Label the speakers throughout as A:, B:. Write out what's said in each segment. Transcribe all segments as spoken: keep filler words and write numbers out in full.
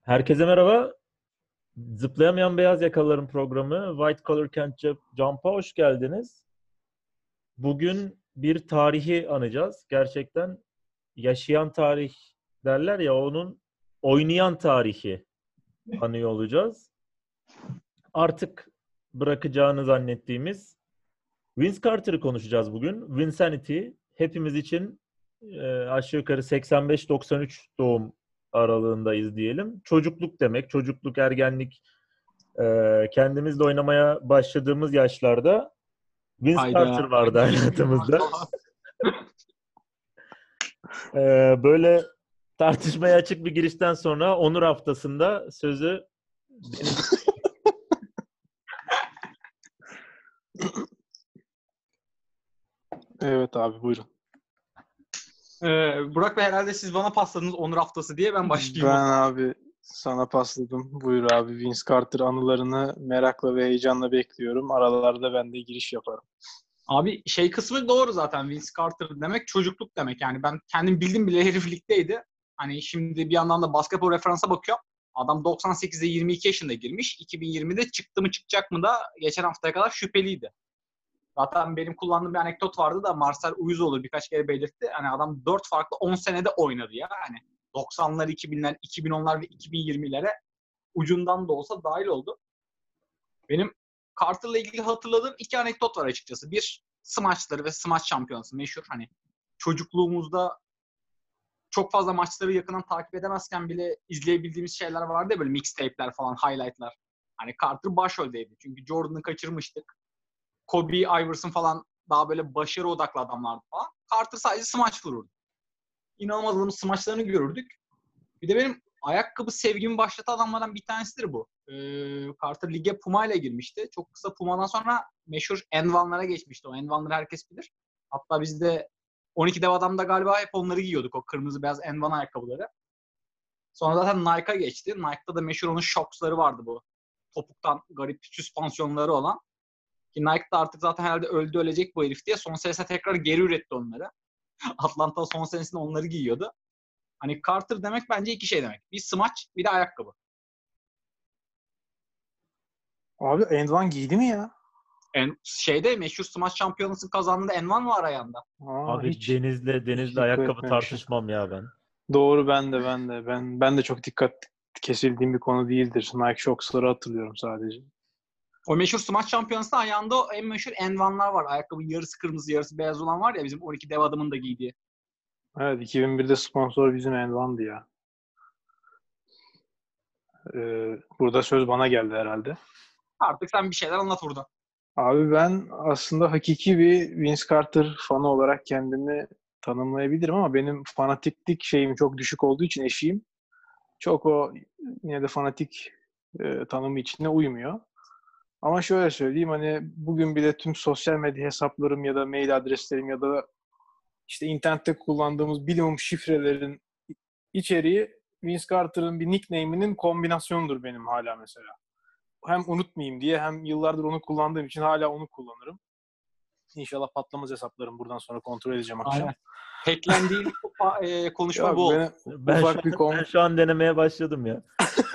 A: Herkese merhaba. Zıplayamayan Beyaz Yakalıların programı White Collar Can't Jump'a hoş geldiniz. Bugün bir tarihi anacağız. Gerçekten yaşayan tarih derler ya, onun oynayan tarihi anıyor olacağız. Artık bırakacağını zannettiğimiz Vince Carter'ı konuşacağız bugün. Vinsanity hepimiz için e, aşağı yukarı seksen beş doksan üç doğum aralığındayız diyelim. Çocukluk demek. Çocukluk, ergenlik, e, kendimizle oynamaya başladığımız yaşlarda Vince Carter
B: Hayda.
A: vardı hayatımızda. E, böyle tartışmaya açık bir girişten sonra Onur haftasında sözü Deniz.
C: Evet abi, buyurun.
B: Ee, Burak Bey, herhalde siz bana pasladınız Onur haftası diye ben başlayayım.
C: Ben abi sana pasladım. Buyur abi, Vince Carter anılarını merakla ve heyecanla bekliyorum. Aralarda ben de giriş yaparım.
B: Abi şey kısmı doğru zaten. Vince Carter demek çocukluk demek. Yani ben kendim bildim bile herif ligdeydi. Hani şimdi bir yandan da basketbol referansa bakıyorum. Adam doksan sekizde yirmi iki yaşında girmiş. iki bin yirmide çıktı mı çıkacak mı da geçen haftaya kadar şüpheliydi. Zaten benim kullandığım bir anekdot vardı da Marcel Uyuzoğlu birkaç kere belirtti. Hani adam dört farklı on senede oynadı ya. Hani doksanlar, iki binler, iki bin onlar ve iki bin yirmilere ucundan da olsa dahil oldu. Benim Carter'la ilgili hatırladığım iki anekdot var açıkçası. Bir, smaçları ve smaç şampiyonası meşhur. Hani çocukluğumuzda çok fazla maçları yakından takip edemezken bile izleyebildiğimiz şeyler vardı ya, böyle mixtape'ler falan, highlight'lar. Hani Carter başroldeydi. Çünkü Jordan'ı kaçırmıştık. Kobe, Iverson falan daha böyle başarı odaklı adamlardı falan. Carter sadece smaç vururdu. İnanılmaz adamın smaçlarını görürdük. Bir de benim ayakkabı sevgimi başlatan adamlardan bir tanesidir bu. Ee, Carter lige Puma ile girmişti. Çok kısa Puma'dan sonra meşhur N one'lara geçmişti. O N one'ları herkes bilir. Hatta biz de on iki dev adamda galiba hep onları giyiyorduk. O kırmızı beyaz N one ayakkabıları. Sonra zaten Nike'a geçti. Nike'da da meşhur onun Shocks'ları vardı bu. Topuktan garip süspansiyonları olan. Ki Nike da artık zaten herhalde öldü ölecek bu herif diye son senesine tekrar geri üretti onları. Atlanta son senesinde onları giyiyordu. Hani Carter demek bence iki şey demek. Bir smaç, bir de ayakkabı.
C: Abi End One giydi mi ya?
B: En, şeyde meşhur smaç şampiyonasını kazandığı N one var ayağında.
C: Aa,
A: Abi
C: hiç
A: Deniz'le
C: hiç
A: Deniz'le
C: dikkat
A: ayakkabı
C: etmemişim.
A: tartışmam ya ben.
C: Doğru, ben de ben de ben ben de çok dikkat kesildiğim bir konu değildir. Nike Shocks'ları hatırlıyorum sadece.
B: O meşhur smaç şampiyonasında ayağında o en meşhur N one'lar var. Ayakkabının yarısı kırmızı yarısı beyaz olan var ya, bizim on iki dev adamın da giydiği.
C: Evet, iki bin birde sponsor bizim End One'dı ya. Ee, burada söz bana geldi herhalde.
B: Artık sen bir şeyler anlat burada.
C: Abi ben aslında hakiki bir Vince Carter fanı olarak kendimi tanımlayabilirim ama benim fanatiklik şeyim çok düşük olduğu için eşiğim çok o yine de fanatik e, tanımı içine uymuyor. Ama şöyle söyleyeyim, hani bugün bile tüm sosyal medya hesaplarım ya da mail adreslerim ya da işte internette kullandığımız bilimum şifrelerin içeriği Vince Carter'ın bir nickname'inin kombinasyonudur benim hala mesela. Hem unutmayayım diye hem yıllardır onu kullandığım için hala onu kullanırım. İnşallah patlamaz hesaplarım, buradan sonra kontrol edeceğim akşam.
B: Aynen. Hacklendiği e, konuşma
C: Yok,
B: bu oldu.
C: benim
A: Ben şu
C: ufak bir
A: an,
C: kom
A: ben şu an denemeye başladım ya.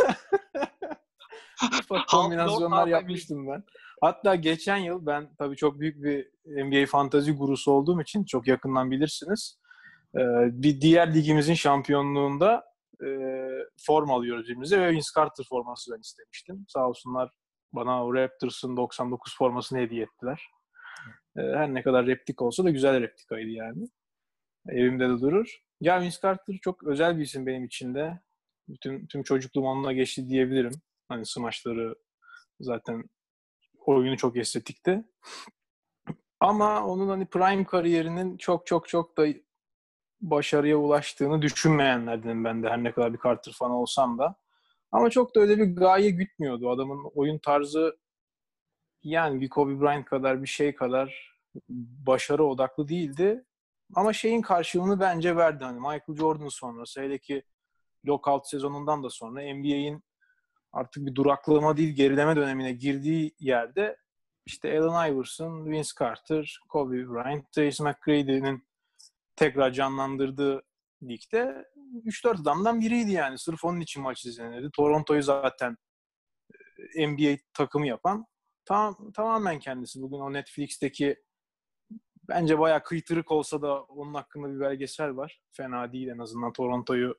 C: ufak
B: Half Lord,
C: kombinasyonlar
B: half
C: yapmıştım ben. Hatta geçen yıl ben tabii çok büyük bir N B A fantazi gurusu olduğum için çok yakından bilirsiniz. Ee, bir diğer ligimizin şampiyonluğunda e, form alıyoruz birbirimize ve Vince Carter forması ben istemiştim. Sağ olsunlar bana o Raptors'ın doksan dokuz formasını hediye ettiler. Ee, her ne kadar replik olsa da güzel replikaydı yani. Evimde de durur. Ya Vince Carter çok özel bir isim benim için de. Bütün tüm çocukluğum onunla geçti diyebilirim. Hani smaçları zaten, oyunu çok estetikti. Ama onun hani prime kariyerinin çok çok çok da başarıya ulaştığını düşünmeyenlerdenim ben de, her ne kadar bir Carter fanı olsam da. Ama çok da öyle bir gaye gütmüyordu. Adamın oyun tarzı yani bir Kobe Bryant kadar, bir şey kadar başarı odaklı değildi. Ama şeyin karşılığını bence verdi. Hani Michael Jordan sonrası, hele ki lockout sezonundan da sonra N B A'in artık bir duraklama değil gerileme dönemine girdiği yerde işte Allen Iverson, Vince Carter, Kobe Bryant, Tracy McGrady'nin tekrar canlandırdığı ligde üç dört adamdan biriydi yani. Sırf onun için maç izlenirdi. Toronto'yu zaten N B A takımı yapan tam, tamamen kendisi. Bugün o Netflix'teki bence bayağı kıytırık olsa da onun hakkında bir belgesel var. Fena değil, en azından Toronto'yu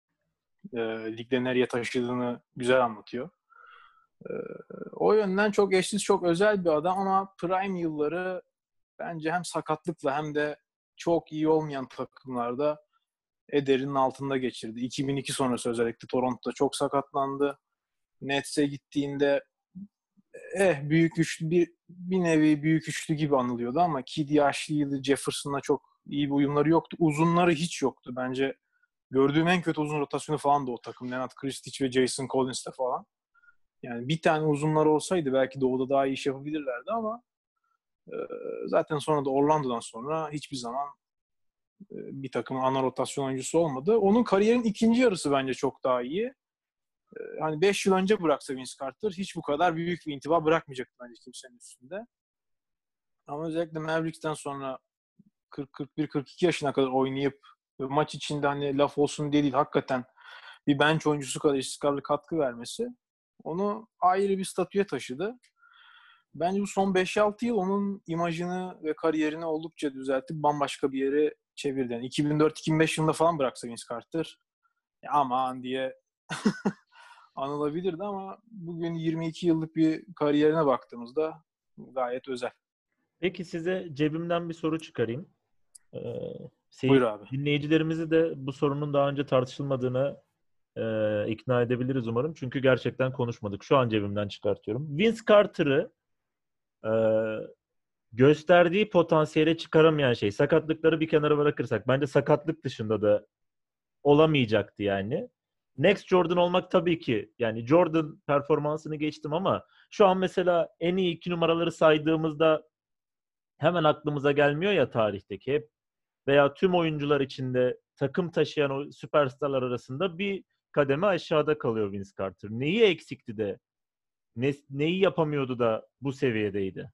C: e, ligde nereye taşıdığını güzel anlatıyor. E, o yönden çok eşsiz, çok özel bir adam ama prime yılları bence hem sakatlıkla hem de çok iyi olmayan takımlarda ederinin altında geçirdi. iki bin iki sonrası özellikle Toronto'da çok sakatlandı. Nets'e gittiğinde eh büyük üçlü bir, bir nevi büyük üçlü gibi anılıyordu ama Kidd yaşlıydı. Jefferson'la çok iyi bir uyumları yoktu. Uzunları hiç yoktu. Bence gördüğüm en kötü uzun rotasyonu falan da o takım. Leonard Kristich ve Jason Collins'le falan. Yani bir tane uzunları olsaydı belki Doğu'da daha iyi iş yapabilirlerdi ama e, zaten sonra da Orlando'dan sonra hiçbir zaman e, bir takımın ana rotasyon oyuncusu olmadı. Onun kariyerin ikinci yarısı bence çok daha iyi. Hani beş yıl önce bıraksa Vince Carter hiç bu kadar büyük bir intiba bırakmayacaktı bence kimsenin üstünde. Ama özellikle Mavericks'ten sonra kırk kırk bir kırk iki yaşına kadar oynayıp maç içinde hani laf olsun diye değil, hakikaten bir bench oyuncusu kadar istikrarlı katkı vermesi onu ayrı bir statüye taşıdı. Bence bu son beş altı yıl onun imajını ve kariyerini oldukça düzeltip bambaşka bir yere çevirdi. Yani iki bin dört iki bin beş yılında falan bıraksa Vince Carter ya aman diye anılabilirdi ama bugün yirmi iki yıllık bir kariyerine baktığımızda gayet özel.
A: Peki size cebimden bir soru çıkarayım. Ee,
C: Buyur
A: seyir,
C: abi.
A: dinleyicilerimizi de bu sorunun daha önce tartışılmadığını e, ikna edebiliriz umarım. Çünkü gerçekten konuşmadık. Şu an cebimden çıkartıyorum. Vince Carter'ı e, gösterdiği potansiyele çıkaramayan şey, sakatlıkları bir kenara bırakırsak, bence sakatlık dışında da olamayacaktı yani. Next Jordan olmak tabii ki, yani Jordan performansını geçtim ama şu an mesela en iyi iki numaraları saydığımızda hemen aklımıza gelmiyor ya tarihteki hep, veya tüm oyuncular içinde takım taşıyan o süperstarlar arasında bir kademe aşağıda kalıyor Vince Carter. Neyi eksikti de ne, neyi yapamıyordu da bu seviyedeydi?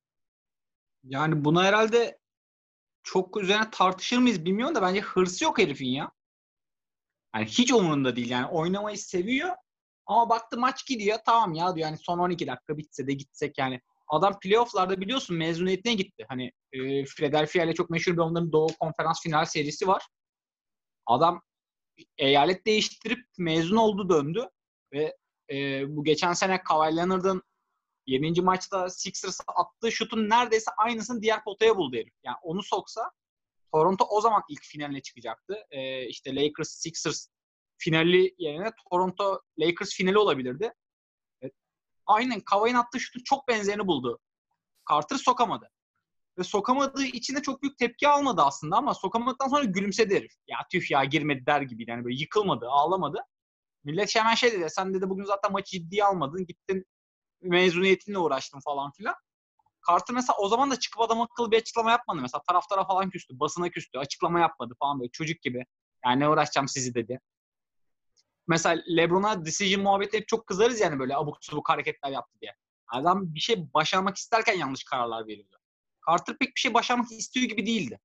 B: Yani buna herhalde çok üzerine tartışır mıyız bilmiyorum da bence hırsı yok herifin ya. Yani hiç umurunda değil yani, oynamayı seviyor ama baktı maç gidiyor, tamam ya diyor yani son on iki dakika bitse de gitsek yani. Adam playoff'larda biliyorsun mezuniyetine gitti. Hani e, Philadelphia ile çok meşhur bir onların Doğu Konferans final serisi var. Adam eyalet değiştirip mezun oldu, döndü ve e, bu geçen sene Kawhi Leonard'ın yedinci maçta Sixers'a attığı şutun neredeyse aynısını diğer potaya buldu herif. Yani onu soksa Toronto o zaman ilk finaline çıkacaktı. Ee, işte Lakers Sixers finali yerine Toronto Lakers finali olabilirdi. Evet. Aynen Kawhi'nin attığı şutun çok benzerini buldu. Carter sokamadı. Ve sokamadığı için de çok büyük tepki almadı aslında ama sokamadıktan sonra gülümsedi herif. Ya tüh ya girmedi der gibi, yani böyle yıkılmadı, ağlamadı. Millet hemen şey dedi, sen dedi bugün zaten maçı ciddiye almadın, gittin mezuniyetinle uğraştın falan filan. Carter mesela o zaman da çıkıp adam akıllı bir açıklama yapmadı. Mesela taraftara falan küstü, basına küstü, açıklama yapmadı falan, böyle çocuk gibi. Yani ne uğraşacağım sizi dedi. Mesela LeBron'a decision muhabbeti hep çok kızarız yani, böyle abuk subuk hareketler yaptı diye. Adam bir şey başarmak isterken yanlış kararlar veriyordu. Carter pek bir şey başarmak istiyor gibi değildi.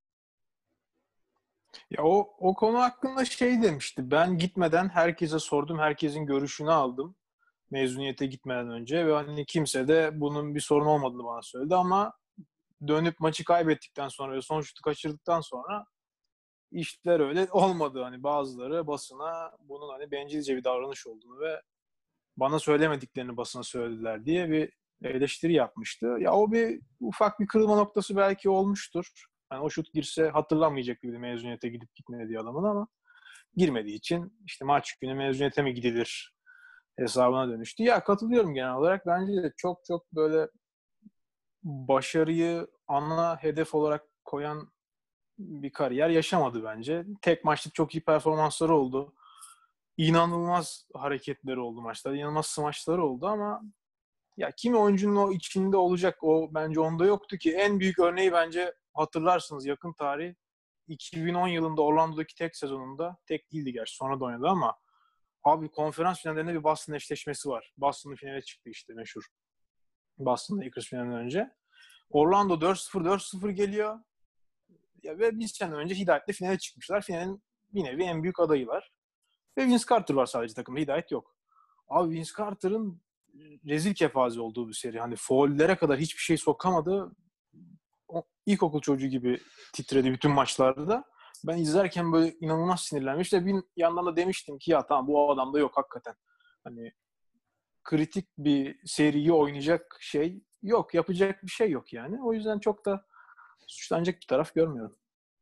C: Ya o, o konu hakkında şey demişti. Ben gitmeden herkese sordum. Herkesin görüşünü aldım. Mezuniyete gitmeden önce ve hani kimse de bunun bir sorun olmadığını bana söyledi ama dönüp maçı kaybettikten sonra ve son şutu kaçırdıktan sonra işler öyle olmadı. Hani bazıları basına bunun hani bencilce bir davranış olduğunu ve bana söylemediklerini basına söylediler diye bir eleştiri yapmıştı. Ya o bir ufak bir kırılma noktası belki olmuştur. Yani o şut girse hatırlanmayacak gibi mezuniyete gidip gitmediği adamın ama girmediği için işte maç günü mezuniyete mi gidilir hesabına dönüştü. Ya katılıyorum genel olarak. Bence de çok çok böyle başarıyı ana hedef olarak koyan bir kariyer yaşamadı bence. Tek maçlık çok iyi performansları oldu. İnanılmaz hareketleri oldu maçlarda. İnanılmaz smaçları oldu ama ya kimi oyuncunun o içinde olacak, o bence onda yoktu ki. En büyük örneği bence hatırlarsınız yakın tarih iki bin on yılında Orlando'daki tek sezonunda, tek değildi gerçi sonra da oynadı ama abi konferans finallerinde bir Boston eşleşmesi var. Boston'ın finale çıktı işte meşhur. Boston Lakers finalinden önce. Orlando dört sıfır dört sıfır geliyor. Ya ve bir sene önce Hidayet'le finale çıkmışlar. Finalin bir nevi en büyük adayılar. Ve Vince Carter var sadece takımda. Hidayet yok. Abi Vince Carter'ın rezil kefaze olduğu bir seri. Hani faullere kadar hiçbir şey sokamadı. O, ilkokul çocuğu gibi titredi bütün maçlarda. Ben izlerken böyle inanılmaz sinirlenmiş ve bir yandan da demiştim ki ya tamam bu adamda yok hakikaten. Hani kritik bir seriyi oynayacak şey yok. Yapacak bir şey yok yani. O yüzden çok da suçlanacak bir taraf görmüyorum.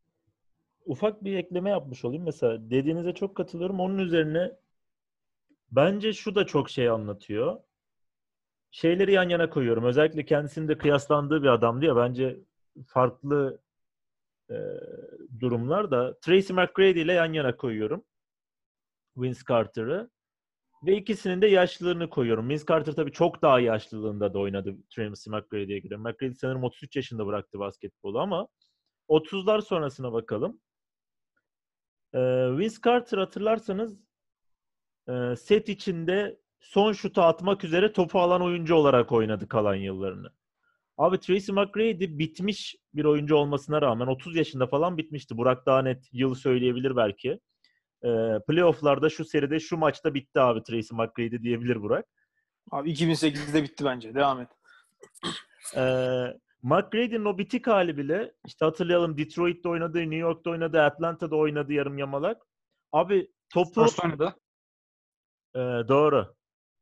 A: Ufak bir ekleme yapmış olayım. Mesela dediğinize çok katılıyorum. Onun üzerine bence şu da çok şey anlatıyor. Şeyleri yan yana koyuyorum. Özellikle kendisinin de kıyaslandığı bir adamdı ya. Bence farklı e, durumlar da Tracy McGrady ile yan yana koyuyorum. Vince Carter'ı. Ve ikisinin de yaşlılığını koyuyorum. Vince Carter tabii çok daha yaşlılığında da oynadı Tracy McGrady'ye göre. McGrady sanırım otuz üç yaşında bıraktı basketbolu ama otuzlar sonrasına bakalım. Ee, Vince Carter hatırlarsanız e, set içinde son şutu atmak üzere topu alan oyuncu olarak oynadı kalan yıllarını. Abi Tracy McGrady bitmiş bir oyuncu olmasına rağmen otuz yaşında falan bitmişti. Burak daha net yılı söyleyebilir belki. E, playoff'larda şu seride şu maçta bitti abi Tracy McGrady diyebilir Burak.
C: Abi iki bin sekizde bitti bence. Devam et.
A: E, McGrady'nin o bitik hali bile işte hatırlayalım Detroit'te oynadı, New York'ta oynadı, Atlanta'da oynadı yarım yamalak. Abi topu
B: First oynadı.
A: e, doğru.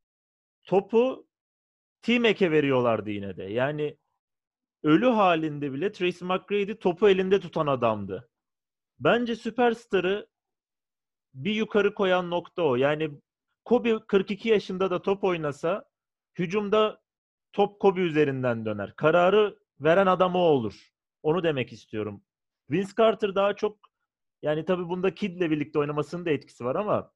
A: Topu T-Mac'e veriyorlardı yine de. Yani ölü halinde bile Tracy McGrady topu elinde tutan adamdı. Bence süperstarı bir yukarı koyan nokta o. Yani Kobe kırk iki yaşında da top oynasa hücumda top Kobe üzerinden döner. Kararı veren adam o olur. Onu demek istiyorum. Vince Carter daha çok yani tabii bunda Kid'le birlikte oynamasının da etkisi var ama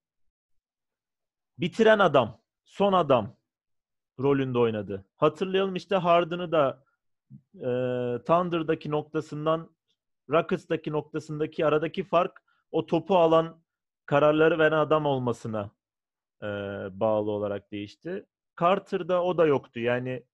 A: bitiren adam, son adam rolünde oynadı. Hatırlayalım işte Harden'ı da e, Thunder'daki noktasından Rockets'taki noktasındaki aradaki fark o topu alan kararları veren adam olmasına e, bağlı olarak değişti. Carter'da o da yoktu. Yani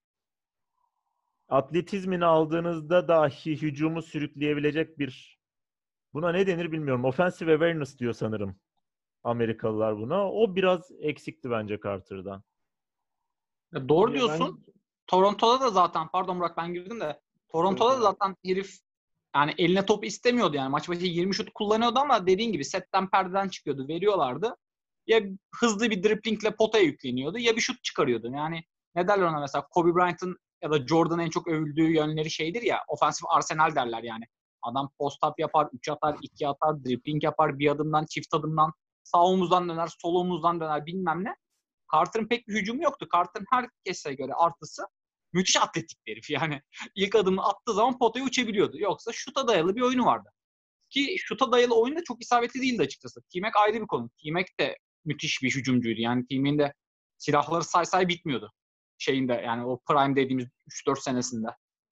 A: atletizmini aldığınızda dahi hücumu sürükleyebilecek bir buna ne denir bilmiyorum. Offensive awareness diyor sanırım Amerikalılar buna. O biraz eksikti bence Carter'dan.
B: Ya doğru
C: Ya
B: diyorsun.
C: ben...
B: Toronto'da da zaten pardon Burak ben girdim de Toronto'da da zaten herif yani eline top istemiyordu yani. Maç başı yirmi şut kullanıyordu ama dediğin gibi setten perdeden çıkıyordu. Veriyorlardı. Ya hızlı bir driplingle potaya yükleniyordu ya bir şut çıkarıyordu. Yani ne derler ona mesela Kobe Bryant'ın ya da Jordan'ın en çok övüldüğü yönleri şeydir ya offensive arsenal derler yani. Adam post-up yapar, üç atar, iki atar, dripling yapar, bir adımdan, çift adımdan, sağ omuzdan döner, sol omuzdan döner bilmem ne. Carter'ın pek bir hücumu yoktu. Carter'ın herkese göre artısı müthiş atletik bir herif. Yani ilk adımı attığı zaman potaya uçabiliyordu. Yoksa şuta dayalı bir oyunu vardı. Ki şuta dayalı oyun da çok isabetli değildi açıkçası. T-Mac ayrı bir konu. T-Mac de müthiş bir hücumcuydu. Yani T-Mac'in de silahları say say bitmiyordu. Şeyinde yani o prime dediğimiz üç dört senesinde.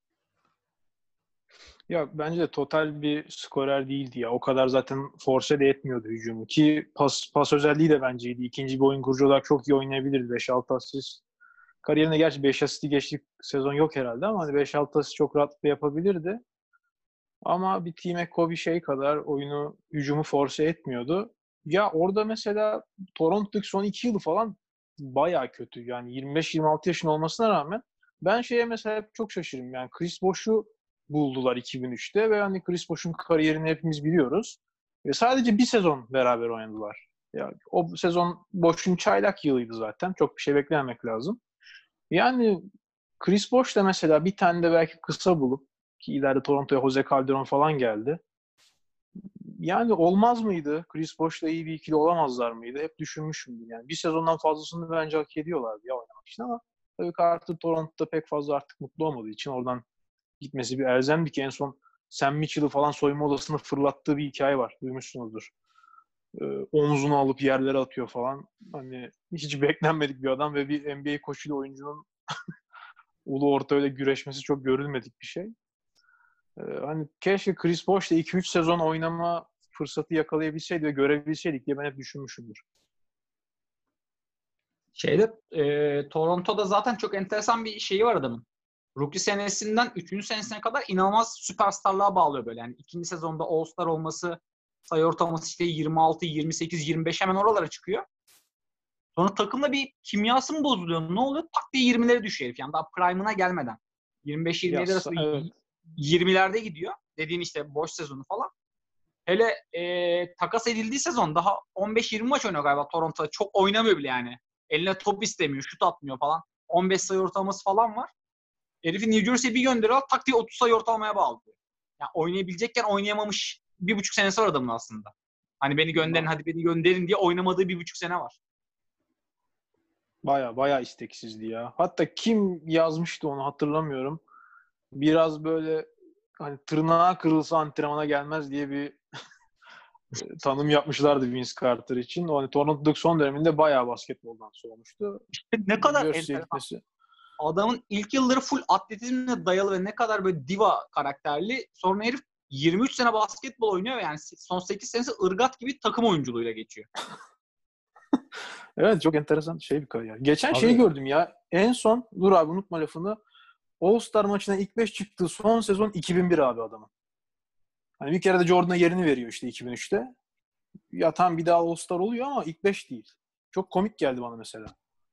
C: Ya bence de total bir skorer değildi ya. O kadar zaten force de etmiyordu hücumu. Ki pas, pas özelliği de benceydi. İkinci bir oyun kurucu olarak çok iyi oynayabilirdi. beş altı asist. Kariyerinde gerçi beş asisti geçtik sezon yok herhalde ama hani beş altı asist çok rahatlıkla yapabilirdi. Ama bir T-Mac Kobe şey kadar oyunu, hücumu force etmiyordu. Ya orada mesela Toronto'daki son iki yılı falan bayağı kötü. Yani yirmi beş yirmi altı yaşın olmasına rağmen ben şeye mesela hep çok şaşırırım. Yani Chris Bosh'u buldular iki bin üçte ve hani Chris Bosh'un kariyerini hepimiz biliyoruz. Ve sadece bir sezon beraber oynadılar. Yani o sezon Bosh'un çaylak yılıydı zaten. Çok bir şey beklememek lazım. Yani Chris Bosh da mesela bir tane de belki kısa bulup ki ileride Toronto'ya Jose Calderon falan geldi. Yani olmaz mıydı? Chris Bosh'la iyi bir ikili olamazlar mıydı? Hep düşünmüşümdür. Yani bir sezondan fazlasını bence hak ediyorlardı ya oynamak için ama tabii Carter Toronto'da pek fazla artık mutlu olmadığı için oradan gitmesi bir elzemdi ki en son Sam Mitchell'ı falan soyunma odasına fırlattığı bir hikaye var. Duymuşsunuzdur. Ee, omzunu alıp yerlere atıyor falan. Hani hiç beklenmedik bir adam ve bir N B A koçuyla oyuncunun ulu orta öyle güreşmesi çok görülmedik bir şey. Ee, hani keşke Chris Bosh'la iki üç sezon oynama fırsatı yakalayabilseydi ve görebilseydik diye ben hep düşünmüşümdür.
B: Şeyde e, Toronto'da zaten çok enteresan bir şeyi var adamın. Rookie senesinden üçüncü senesine kadar inanılmaz süperstarlığa bağlıyor böyle. Yani ikinci sezonda All-Star olması, sayı ortalaması işte yirmi altı, yirmi sekiz, yirmi beş hemen oralara çıkıyor. Sonra takımda bir kimyası mı bozuluyor? Ne oluyor? Tak diye yirmilere düşüyor herif. Yani daha prime'ına gelmeden. yirmi beş yirmi yedi
C: Ya,
B: arası
C: evet.
B: yirmilerde gidiyor. Dediğin işte boş sezonu falan. Hele e, takas edildiği sezon daha on beş yirmi maç oynuyor galiba Toronto'da. Çok oynamıyor bile yani. Eline top istemiyor, şut atmıyor falan. on beş sayı ortalaması falan var. Herifi New Jersey'ye bir gönderiyor, tak diye otuz sayı ortalamaya bağlıyor. Yani oynayabilecekken oynayamamış bir buçuk senesi var adamın aslında. Hani beni gönderin, hadi beni gönderin diye oynamadığı bir buçuk sene var.
C: Baya baya isteksizdi ya. Hatta kim yazmıştı onu hatırlamıyorum. Biraz böyle hani tırnağı kırılsa antrenmana gelmez diye bir tanım yapmışlardı Vince Carter için. O hani Toronto'daki son döneminde bayağı basketboldan soğumuştu.
B: Ne kadar
C: Jersey'ye
B: enteresan.
C: gitmesi.
B: Adamın ilk yılları full atletizmle dayalı ve ne kadar böyle diva karakterli. Sonra herif yirmi üç sene basketbol oynuyor ve yani son sekiz senesi ırgat gibi takım oyunculuğuyla geçiyor.
C: Evet, çok enteresan şey bir kariyer. Geçen
A: Abi-
C: şeyi gördüm ya. En son, dur abi unutma lafını. All-Star maçına ilk beş çıktığı son sezon iki bin bir abi adamın. Hani bir kere de Jordan'a yerini veriyor işte iki bin üçte. Ya tam bir daha All-Star oluyor ama ilk beş değil. Çok komik geldi bana mesela.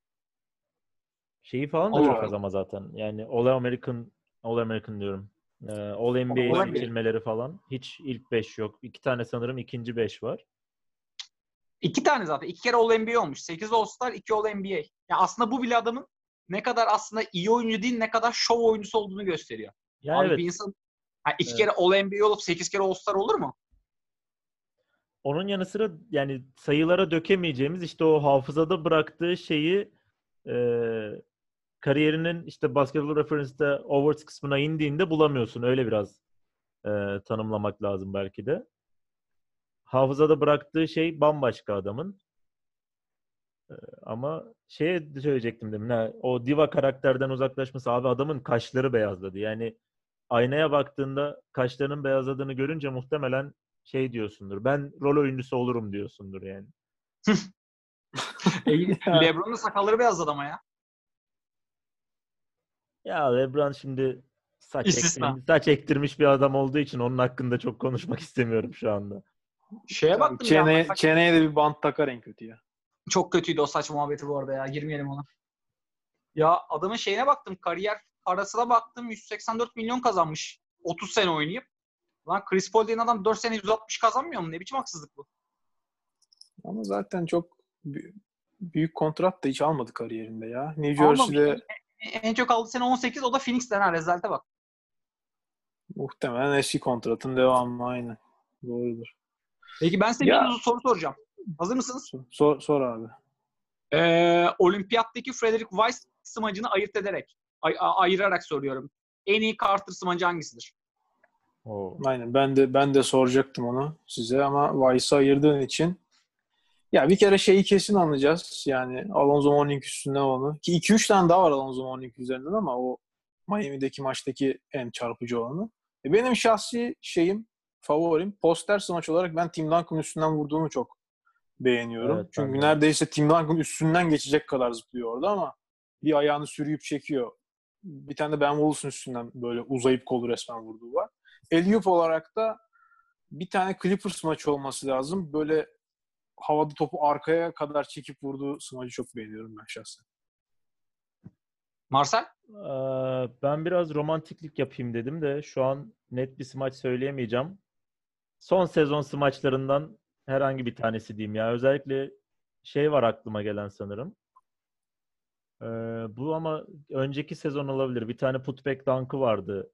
A: Şeyi falan da
B: Allah
A: çok az
B: Allah.
A: ama zaten. Yani All American, All American diyorum. Ee, All N B A
B: All N B A.
A: seçilmeleri falan. Hiç ilk beş yok. İki tane sanırım ikinci beş var.
B: İki tane zaten. İki kere All N B A olmuş. sekiz All-Star, iki All N B A. Yani aslında bu bile adamın ne kadar aslında iyi oyuncu değil, ne kadar şov oyuncusu olduğunu gösteriyor.
A: Yani
B: Abi
A: evet.
B: bir insan ha, iki
A: Evet.
B: kere All N B A olup sekiz kere All-Star olur mu?
A: Onun yanı sıra yani sayılara dökemeyeceğimiz işte o hafızada bıraktığı şeyi e, kariyerinin işte Basketball Reference'de awards kısmına indiğinde bulamıyorsun. Öyle biraz e, tanımlamak lazım belki de. Hafızada bıraktığı şey bambaşka adamın. E, ama şeye söyleyecektim demin. Ha, o diva karakterden uzaklaşması abi adamın kaşları beyazladı. Yani aynaya baktığında kaşlarının beyazladığını görünce muhtemelen şey diyorsundur. Ben rol oyuncusu olurum diyorsundur yani.
B: E, LeBron'un sakalları beyazladı ama ya.
A: Ya LeBron şimdi saç
B: İstisna.
A: ektirmiş, saç ektirmiş bir adam olduğu için onun hakkında çok konuşmak istemiyorum şu anda.
B: Şeye
C: Tamam,
B: baktım bir anda.
C: çeneye, çeneye de bir bant takar en kötü ya.
B: Çok kötüydü o saç muhabbeti bu arada ya. Girmeyelim ona. Ya adamın şeyine baktım. Kariyer parasına baktım. yüz seksen dört milyon kazanmış. otuz sene oynayıp. Lan Chris Paul diyen adam dört sene yüz altmış kazanmıyor mu? Ne biçim haksızlık bu?
C: Ama zaten çok b- büyük kontrat da hiç almadı kariyerinde ya. New
B: Almamış.
C: Jersey'de
B: En, en çok aldığı sene on sekiz. O da Phoenix'ten ha. Rezalte bak.
C: muhtemelen eski kontratın devamı aynı. Doğrudur.
B: Peki ben size bir
C: Ya
B: soru soracağım. Hazır mısınız?
C: sor, sor abi.
B: Ee, Olimpiyattaki Frederick Weiss smacını ayırt ederek, ay- a- ayırarak soruyorum. En iyi Carter smacı hangisidir?
A: Oo.
C: Aynen, ben de ben de soracaktım onu size ama Weiss'ı ayırdığın için ya bir kere şeyi kesin anlayacağız. Yani Alonzo Mourning üstünden onu. Ki iki üç tane daha var Alonzo Mourning üzerinden ama o Miami'deki maçtaki en çarpıcı olanı. E benim şahsi şeyim, favorim poster smaç olarak ben Tim Duncan üstünden vurduğunu çok beğeniyorum.
A: Evet, ben
C: Çünkü
A: de.
C: neredeyse Tim Duncan üstünden geçecek kadar zıplıyor orada ama bir ayağını sürüyüp çekiyor. Bir tane de Ben Wallace'ın üstünden böyle uzayıp kolu resmen vurduğu var. Alley-oop olarak da bir tane Clippers maçı olması lazım. Böyle havada topu arkaya kadar çekip vurduğu smacı çok beğeniyorum ben şahsen.
B: Marcel?
A: Ee, ben biraz romantiklik yapayım dedim de şu an net bir smaç söyleyemeyeceğim. Son sezon smaçlarından herhangi bir tanesi diyeyim ya. Özellikle şey var aklıma gelen sanırım. Ee, bu ama önceki sezon olabilir. Bir tane putback dunk'ı vardı.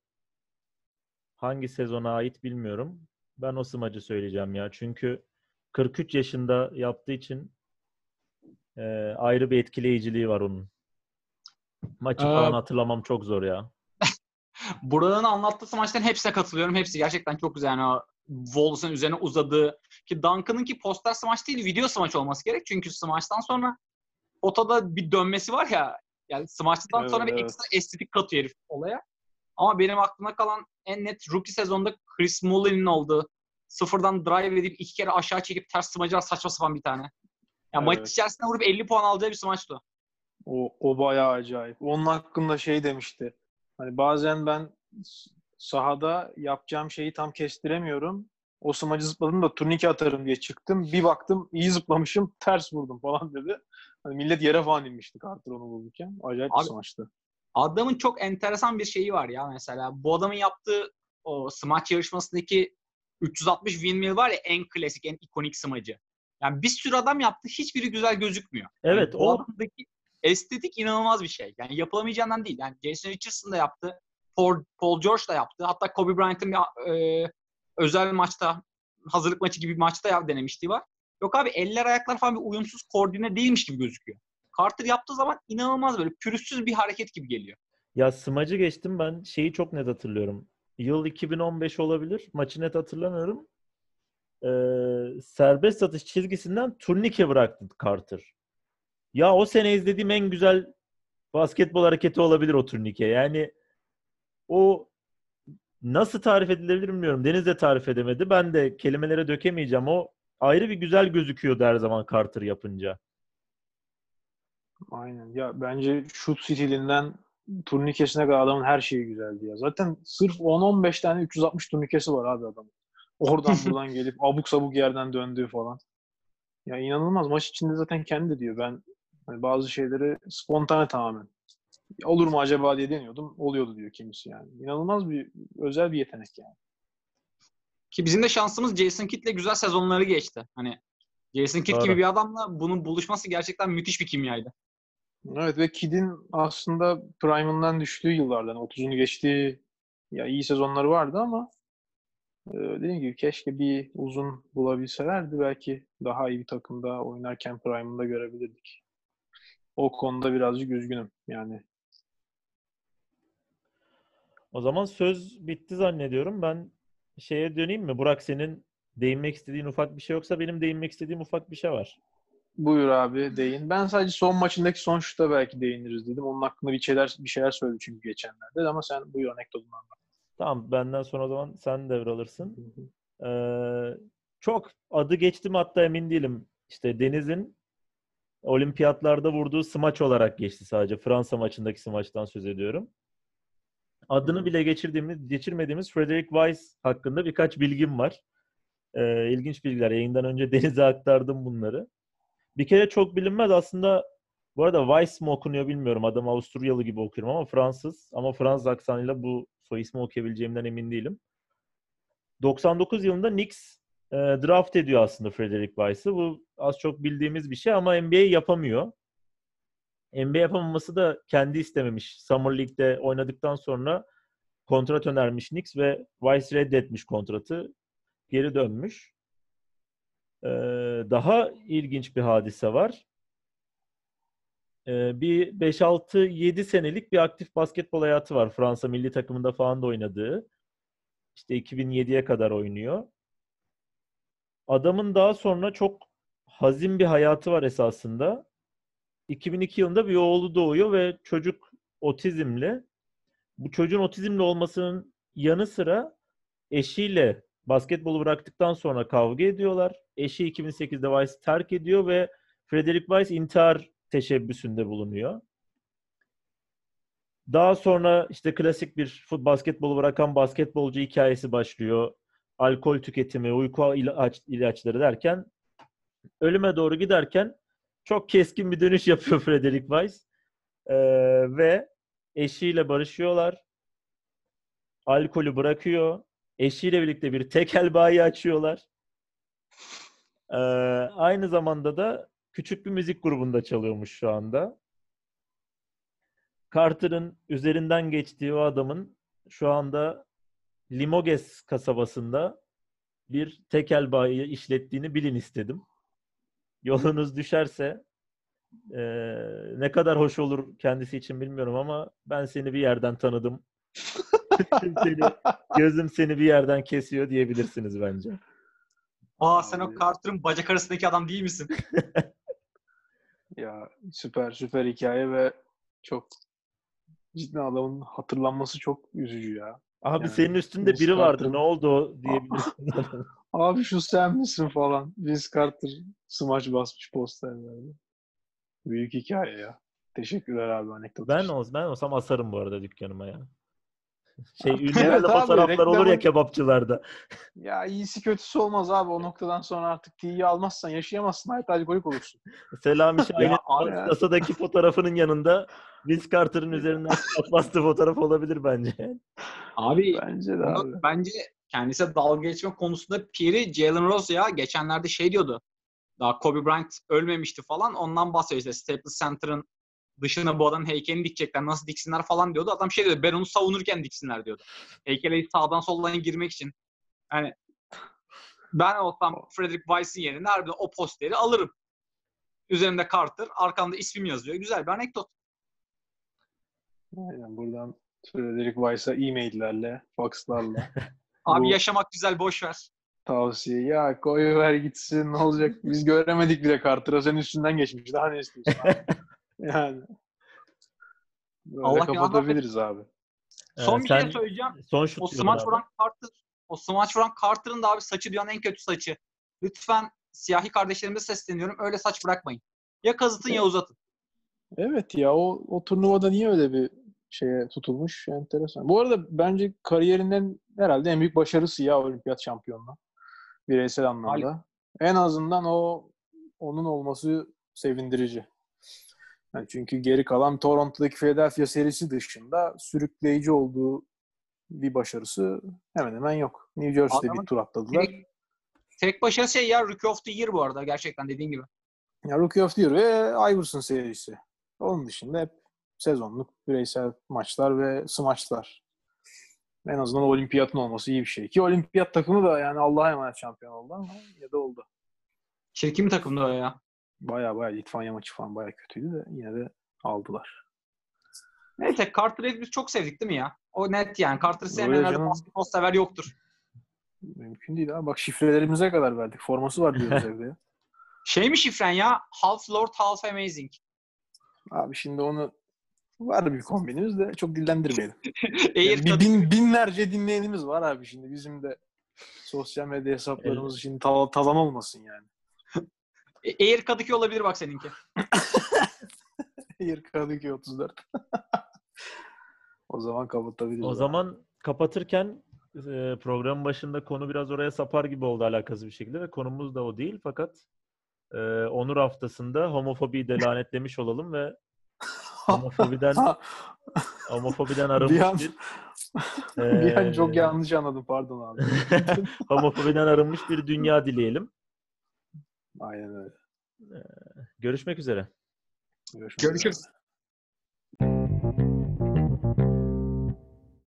A: Hangi sezona ait bilmiyorum. Ben o smacı söyleyeceğim ya. Çünkü kırk üç yaşında yaptığı için e, ayrı bir etkileyiciliği var onun. Maçı
B: Ee,
A: falan hatırlamam çok zor ya.
B: Buranın anlattığı maçların hepsine katılıyorum. Hepsi gerçekten çok güzel. Yani o Wallace'ın üzerine uzadığı ki Duncan'ınki poster smaç değil video smaç olması gerek. Çünkü smaçtan sonra potada bir dönmesi var ya, yani smaçtan
C: Evet,
B: sonra bir
C: evet.
B: ekstra estetik katıyor herif olaya. Ama benim aklımda kalan en net rookie sezonda Chris Mullin'in olduğu sıfırdan drive edip iki kere aşağı çekip ters smacı saçma sapan bir tane. Yani maç
C: Evet.
B: içerisinde vurup elli puan alacağı bir smaçtı o.
C: O, o bayağı acayip. Onun hakkında şey demişti. Hani bazen ben sahada yapacağım şeyi tam kestiremiyorum. O smacı zıpladım da turnike atarım diye çıktım. Bir baktım iyi zıplamışım, ters vurdum falan dedi. Hani millet yere falan inmişti Carter onu vururken. Acayip bir
B: Abi
C: smaçtı.
B: adamın çok enteresan bir şeyi var ya mesela. Bu adamın yaptığı o smaç yarışmasındaki üç yüz altmış windmill var ya, en klasik, en ikonik smacı. Yani bir sürü adam yaptı. Hiçbiri güzel gözükmüyor.
A: Evet,
B: Yani bu
A: o
B: adamdaki estetik inanılmaz bir şey. Yani yapılamayacağından değil. Yani Jason Richardson da yaptı. Paul, Paul George da yaptı. Hatta Kobe Bryant'ın bir e, özel maçta, hazırlık maçı gibi bir maçta yap, denemişliği var. Yok abi, eller ayaklar falan bir uyumsuz, koordine değilmiş gibi gözüküyor. Carter yaptığı zaman inanılmaz böyle pürüzsüz bir hareket gibi geliyor.
A: ya smacı geçtim, ben şeyi çok net hatırlıyorum. Yıl iki bin on beş olabilir. Maçı net hatırlamıyorum. Ee, serbest atış çizgisinden turnike bıraktı Carter. Ya o sene izlediğim en güzel basketbol hareketi olabilir o turnike. Yani o nasıl tarif edilebilir bilmiyorum. Deniz de tarif edemedi. Ben de kelimelere dökemeyeceğim. O ayrı bir güzel gözüküyordu her zaman Carter yapınca.
C: Aynen. Ya bence şut stilinden turnikesine kadar adamın her şeyi güzeldi ya. Zaten sırf on on beş tane üç yüz altmış turnikesi var abi adamın. Oradan buradan gelip abuk sabuk yerden döndüğü falan. Ya inanılmaz. Maç içinde zaten kendi de diyor. Ben hani bazı şeyleri spontane tamamen. Olur mu acaba diye deniyordum. Oluyordu diyor kimisi yani. İnanılmaz bir özel bir yetenek yani.
B: Ki bizim de şansımız Jason Kidd'le güzel sezonları geçti. Hani Jason Kidd gibi
A: Doğru.
B: bir adamla bunun buluşması gerçekten müthiş bir kimyaydı.
C: Evet ve Kidd'in aslında prime'ından düştüğü yıllardan otuzunu geçtiği ya iyi sezonları vardı ama e, dediğim gibi keşke bir uzun bulabilselerdi belki daha iyi bir takımda oynarken prime'ında görebilirdik. O konuda birazcık üzgünüm yani.
A: O zaman söz bitti zannediyorum. Ben şeye döneyim mi? Burak, senin değinmek istediğin ufak bir şey yoksa benim değinmek istediğim ufak bir şey var.
C: Buyur abi değin. Ben sadece son maçındaki son şuta belki değiniriz dedim. Onun hakkında bir şeyler bir şeyler söyledi çünkü geçenlerde ama sen buyur anekdotunu anlat.
A: Tamam, benden sonra o zaman sen devralırsın. Ee, çok adı geçti mi hatta emin değilim. İşte Deniz'in olimpiyatlarda vurduğu smaç olarak geçti sadece. Fransa maçındaki smaçtan söz ediyorum. Adını bile geçirdiğimiz, geçirmediğimiz Frederick Weiss hakkında birkaç bilgim var. Ee, ilginç bilgiler. Yayından önce Deniz'e aktardım bunları. Bir kere çok bilinmez aslında. Bu arada Weiss mi okunuyor bilmiyorum. Adam Avusturyalı gibi okuyorum ama Fransız. Ama Fransız aksanıyla bu soy ismi okuyabileceğimden emin değilim. doksan dokuz yılında Knicks e, draft ediyor aslında Frederick Weiss'ı. Bu az çok bildiğimiz bir şey ama N B A yapamıyor. N B A yapamaması da kendi istememiş. Summer League'de oynadıktan sonra kontrat önermiş Knicks ve Weiss reddetmiş kontratı. Geri dönmüş. Ee, daha ilginç bir hadise var. Ee, bir beş altı yedi senelik bir aktif basketbol hayatı var. Fransa milli takımında falan da oynadığı. İşte iki bin yediye kadar oynuyor. Adamın daha sonra çok hazin bir hayatı var esasında. iki bin iki yılında bir oğlu doğuyor ve çocuk otizmli. Bu çocuğun otizmli olmasının yanı sıra eşiyle basketbolu bıraktıktan sonra kavga ediyorlar. Eşi iki bin sekizde Weiss'i terk ediyor ve Frederick Weiss intihar teşebbüsünde bulunuyor. Daha sonra işte klasik bir fut basketbolu bırakan basketbolcu hikayesi başlıyor. Alkol tüketimi, uyku ilaç, ilaçları derken ölüme doğru giderken çok keskin bir dönüş yapıyor Frederick Weiss. Ee, ve eşiyle barışıyorlar. Alkolü bırakıyor. Eşiyle birlikte bir tekel bayi açıyorlar. Ee, aynı zamanda da küçük bir müzik grubunda çalıyormuş şu anda. Carter'ın üzerinden geçtiği o adamın şu anda Limoges kasabasında bir tekel bayi işlettiğini bilin istedim. Yolunuz düşerse e, ne kadar hoş olur kendisi için bilmiyorum ama ben seni bir yerden tanıdım. seni, gözüm seni bir yerden kesiyor diyebilirsiniz bence.
B: Aa, sen o
C: Abi,
B: Carter'ın bacak arasındaki adam değil misin?
C: ya süper süper hikaye ve çok cidden adamın hatırlanması çok üzücü ya.
A: Abi
C: Yani
A: senin üstünde
C: Vince
A: biri vardı. Ne
C: Carter'ın
A: oldu o diyebilirsin.
C: abi şu sen misin falan. Vince Carter smaç basmış posterlerde. Büyük hikaye ya. Teşekkürler abi anekdot
A: Ben
C: için.
A: olsam, ben olsam asarım bu arada dükkanıma ya. Şey ünlü
C: Evet abi,
A: fotoğraflar olur ya
C: reklamın-
A: kebapçılarda.
C: Ya iyisi kötüsü olmaz abi. O noktadan sonra artık T'yi almazsan yaşayamazsın. Hayat alkolik olursun.
A: Selami Şahin'in
B: Ya abi,
A: kasadaki fotoğrafının yanında Vince Carter'ın üzerinden saç bastığı fotoğraf olabilir bence.
B: abi
C: Bence de
B: onu
C: abi.
B: bence kendisi dalga geçme konusunda piri Jalen Rose ya. Geçenlerde şey diyordu. Daha Kobe Bryant ölmemişti falan. Ondan bahsediyor işte. Staples Center'ın dışına bu adamın heykelini dikecekler. Nasıl diksinler falan diyordu. Adam şey diyordu. Ben onu savunurken diksinler diyordu. Heykele sağdan soldan girmek için. Yani ben olsam Frederick Weiss'in yerine harbiden o posteri alırım. Üzerimde Carter, arkamda ismim yazıyor. Güzel bir anekdot.
C: Aynen, buradan Frederick Weiss'a e-maillerle, fakslarla
B: Abi
C: Bu-
B: yaşamak güzel, boş ver.
C: tavsiye. Ya koyuver gitsin, ne olacak? Biz göremedik bile Carter'ı. Senin üstünden geçmiş. Daha ne istiyorsun abi? Yani böyle
B: Allah
C: kapatabiliriz abi.
B: Son
A: Ee,
B: bir
A: sen
B: şey söyleyeceğim.
A: son
B: O
A: şut diyordun
B: smaç
A: abi.
B: vuran Carter, o smaç vuran Carter'ın da abi saçı dünyanın en kötü saçı. Lütfen siyahi kardeşlerimize sesleniyorum. Öyle saç bırakmayın. Ya kazıtın ya uzatın.
C: Evet ya, o, o turnuvada niye öyle bir şeye tutulmuş? Enteresan. Bu arada bence kariyerinden herhalde en büyük başarısı ya olimpiyat şampiyonluğu. Bireysel anlamda. En azından o onun olması sevindirici. Yani çünkü geri kalan Toronto'daki Philadelphia serisi dışında sürükleyici olduğu bir başarısı hemen hemen yok. New Jersey'de
B: Adamın
C: bir tur atladılar.
B: Tek, tek başarı şey ya Rookie of the Year bu arada. Gerçekten dediğin gibi.
C: Ya Rookie of the Year ve Iverson serisi. Onun dışında hep sezonluk bireysel maçlar ve smaçlar. En azından olimpiyatın olması iyi bir şey. Ki olimpiyat takımı da yani Allah'a emanet şampiyon oldu ama ya da oldu.
B: Çirkin bir takımdı o ya.
C: Baya baya Litvanya maçı falan baya kötüydü de yine de aldılar.
B: Neyse Carter'ı biz çok sevdik değil mi ya? O net yani. Carter'ı
C: Öyle
B: sevmeyenlerde
C: canım.
B: basketbol sever yoktur.
C: Mümkün değil ha. Bak şifrelerimize kadar verdik. Forması var diyoruz evde ya.
B: Şey mi şifren ya? Half Lord, Half Amazing.
C: Abi şimdi onu var bir kombinimiz de çok dillendirmeyelim.
B: Air
C: Yani bir
B: Kadıköy-
C: bin, binlerce dinleyenimiz var abi şimdi. Bizim de sosyal medya hesaplarımız şimdi tal- talan olmasın yani.
B: Air Kadıköy olabilir bak seninki.
C: Hayır, Kadıköy otuz dört. O zaman kapatabiliriz.
A: O
C: abi.
A: zaman kapatırken e, programın başında konu biraz oraya sapar gibi oldu alakasız bir şekilde ve konumuz da o değil fakat e, Onur haftasında homofobiyi de lanetlemiş olalım ve homofobiden homofobiden
C: bir
A: arınmış
C: an,
A: bir
C: bir an
A: e,
C: çok yanlış anladım. Pardon abi.
A: homofobiden arınmış bir dünya dileyelim.
C: Aynen öyle.
A: Görüşmek üzere.
C: Görüşmek
B: Görüşürüz.
C: üzere.